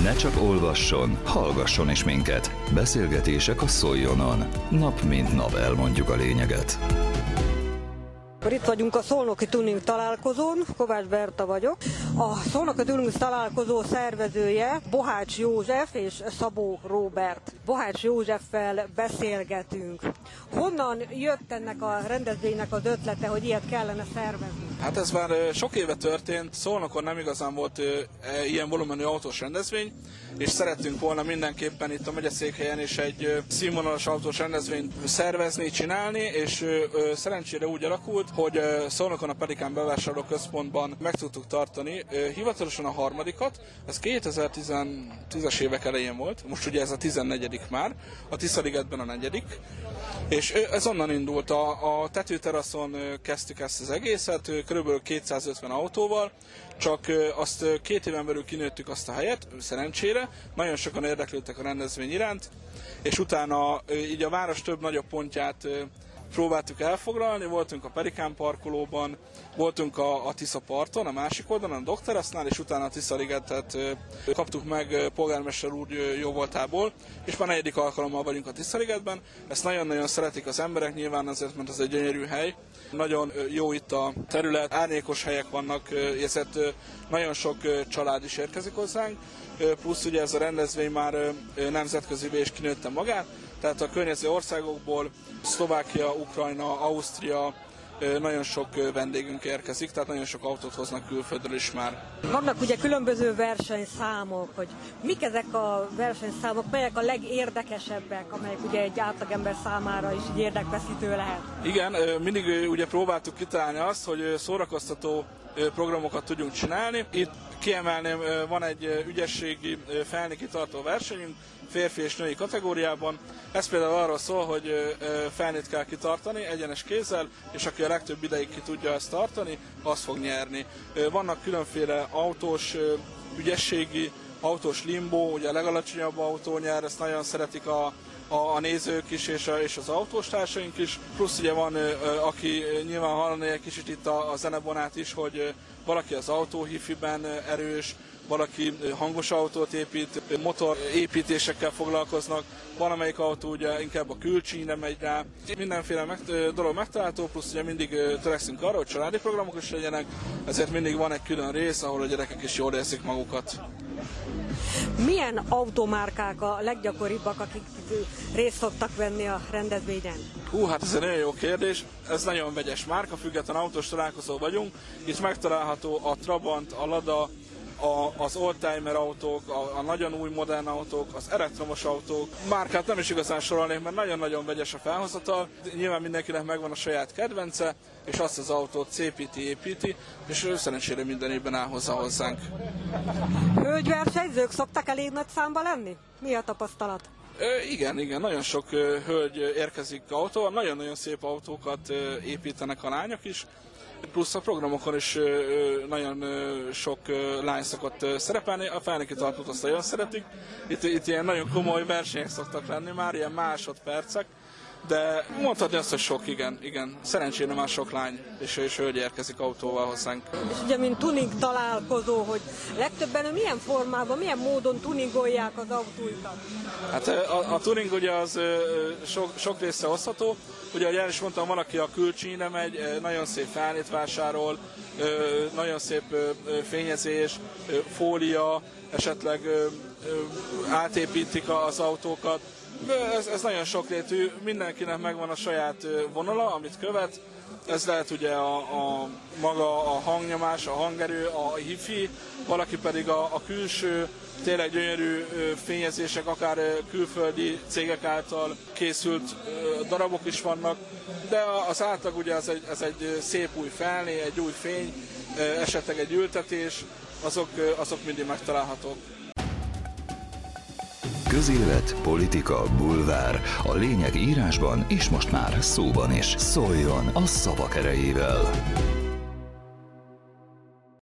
Ne csak olvasson, hallgasson is minket. Beszélgetések a Szoljonon. Nap mint nap elmondjuk a lényeget. Itt vagyunk a Szolnoki Tuning találkozón, Kovács Berta vagyok. A Szolnoki Tuning találkozó szervezője Bohács József és Szabó Róbert. Bohács Józseffel beszélgetünk. Honnan jött ennek a rendezvénynek az ötlete, hogy ilyet kellene szervezni? Hát ez már sok éve történt, Szolnokon nem igazán volt ilyen volumenű autós rendezvény, és szerettünk volna mindenképpen itt a megyeszékhelyen is egy színvonalas autós rendezvényt szervezni, csinálni, és szerencsére úgy alakult, hogy Szolnokon a Pelikán bevásárlóközpontban meg tudtuk tartani hivatalosan a harmadikat, ez 2010-es évek elején volt, most ugye ez a 14. már, a Tiszaligetben a 4. És ez onnan indult, a tetőteraszon kezdtük ezt az egészet, kb. 250 autóval, csak azt 2 éven belül kinőttük azt a helyet, szerencsére, nagyon sokan érdeklődtek a rendezvény iránt, és utána így a város több nagyobb pontját próbáltuk elfoglalni, voltunk a Pelikán parkolóban, voltunk a Tisza parton, a másik oldalon, a Dokterasznál, és utána a Tiszaligetet kaptuk meg polgármester úr jóvoltából, és már 4. alkalommal vagyunk a Tiszaligetben. Ezt nagyon-nagyon szeretik az emberek, nyilván azért, mert ez egy gyönyörű hely. Nagyon jó itt a terület, árnyékos helyek vannak, ezért nagyon sok család is érkezik hozzánk, plusz ugye ez a rendezvény már nemzetközivé is kinőtte magát, tehát a környező országokból, Szlovákia, Ukrajna, Ausztria, nagyon sok vendégünk érkezik, tehát nagyon sok autót hoznak külföldről is már. Vannak ugye különböző versenyszámok, hogy mik ezek a versenyszámok, melyek a legérdekesebbek, amelyek ugye egy átlagember számára is érdekveszítő lehet? Igen, mindig ugye próbáltuk kitalálni azt, hogy szórakoztató programokat tudjunk csinálni. Itt kiemelném, van egy ügyességi felni kitartó versenyünk, férfi és női kategóriában. Ez például arról szól, hogy felnit kell kitartani egyenes kézzel, és aki a legtöbb ideig ki tudja ezt tartani, az fog nyerni. Vannak különféle autós ügyességi, autós limbó, ugye a legalacsonyabb autó nyer, ezt nagyon szeretik a nézők is és az autós társaink is. Plusz ugye van, aki nyilván hallani egy kicsit itt a zenebonát is, hogy valaki az autóhifiben erős, valaki hangos autót épít, motorépítésekkel foglalkoznak, valamelyik autó ugye inkább a külcsínyre megy rá. Mindenféle dolog megtalálható, plusz ugye mindig törekszünk arra, hogy családi programok is legyenek, ezért mindig van egy külön rész, ahol a gyerekek is jól érzik magukat. Milyen automárkák a leggyakoribbak, akik részt szoktak venni a rendezvényen? Hát ez egy nagyon jó kérdés, ez nagyon vegyes márka, független autós találkozó vagyunk, itt megtalálható a Trabant, a Lada, az oldtimer autók, a nagyon új modern autók, az elektromos autók. Márkát nem is igazán sorolnék, mert nagyon-nagyon vegyes a felhozatal. Nyilván mindenkinek megvan a saját kedvence, és azt az autót építi, és szerencsére minden évben áll hozzánk. Hölgyversenyzők szoktak elég nagy számba lenni? Mi a tapasztalat? Igen, nagyon sok hölgy érkezik autóval, nagyon-nagyon szép autókat építenek a lányok is. Plusz a programokon is nagyon sok lány szokott szerepelni, a felnikitartót azt nagyon szeretik. Itt ilyen nagyon komoly versenyek szoktak lenni, már ilyen másodpercek, de mondhatni azt, hogy sok, igen. Szerencsére már sok lány és hölgy érkezik autóval hozzánk. És ugye, mint tuning találkozó, hogy legtöbben milyen formában, milyen módon tuningolják az autóikat? Hát a tuning ugye az sok része hozható. Ugye, ahogy el is mondtam, van, aki a külcsínyre megy, nagyon szép felnét vásárol, nagyon szép fényezés, fólia, esetleg átépítik az autókat. Ez nagyon sokrétű, mindenkinek megvan a saját vonala, amit követ. Ez lehet ugye maga a hangnyomás, a hangerő, a hifi, valaki pedig a külső, tényleg gyönyörű fényezések, akár külföldi cégek által készült darabok is vannak, de az átlag ugye ez egy szép új felné, egy új fény, esetleg egy ültetés, azok mindig megtalálhatók. Közélet, politika, bulvár. A lényeg írásban és most már szóban is. Szóljon a szavak erejével!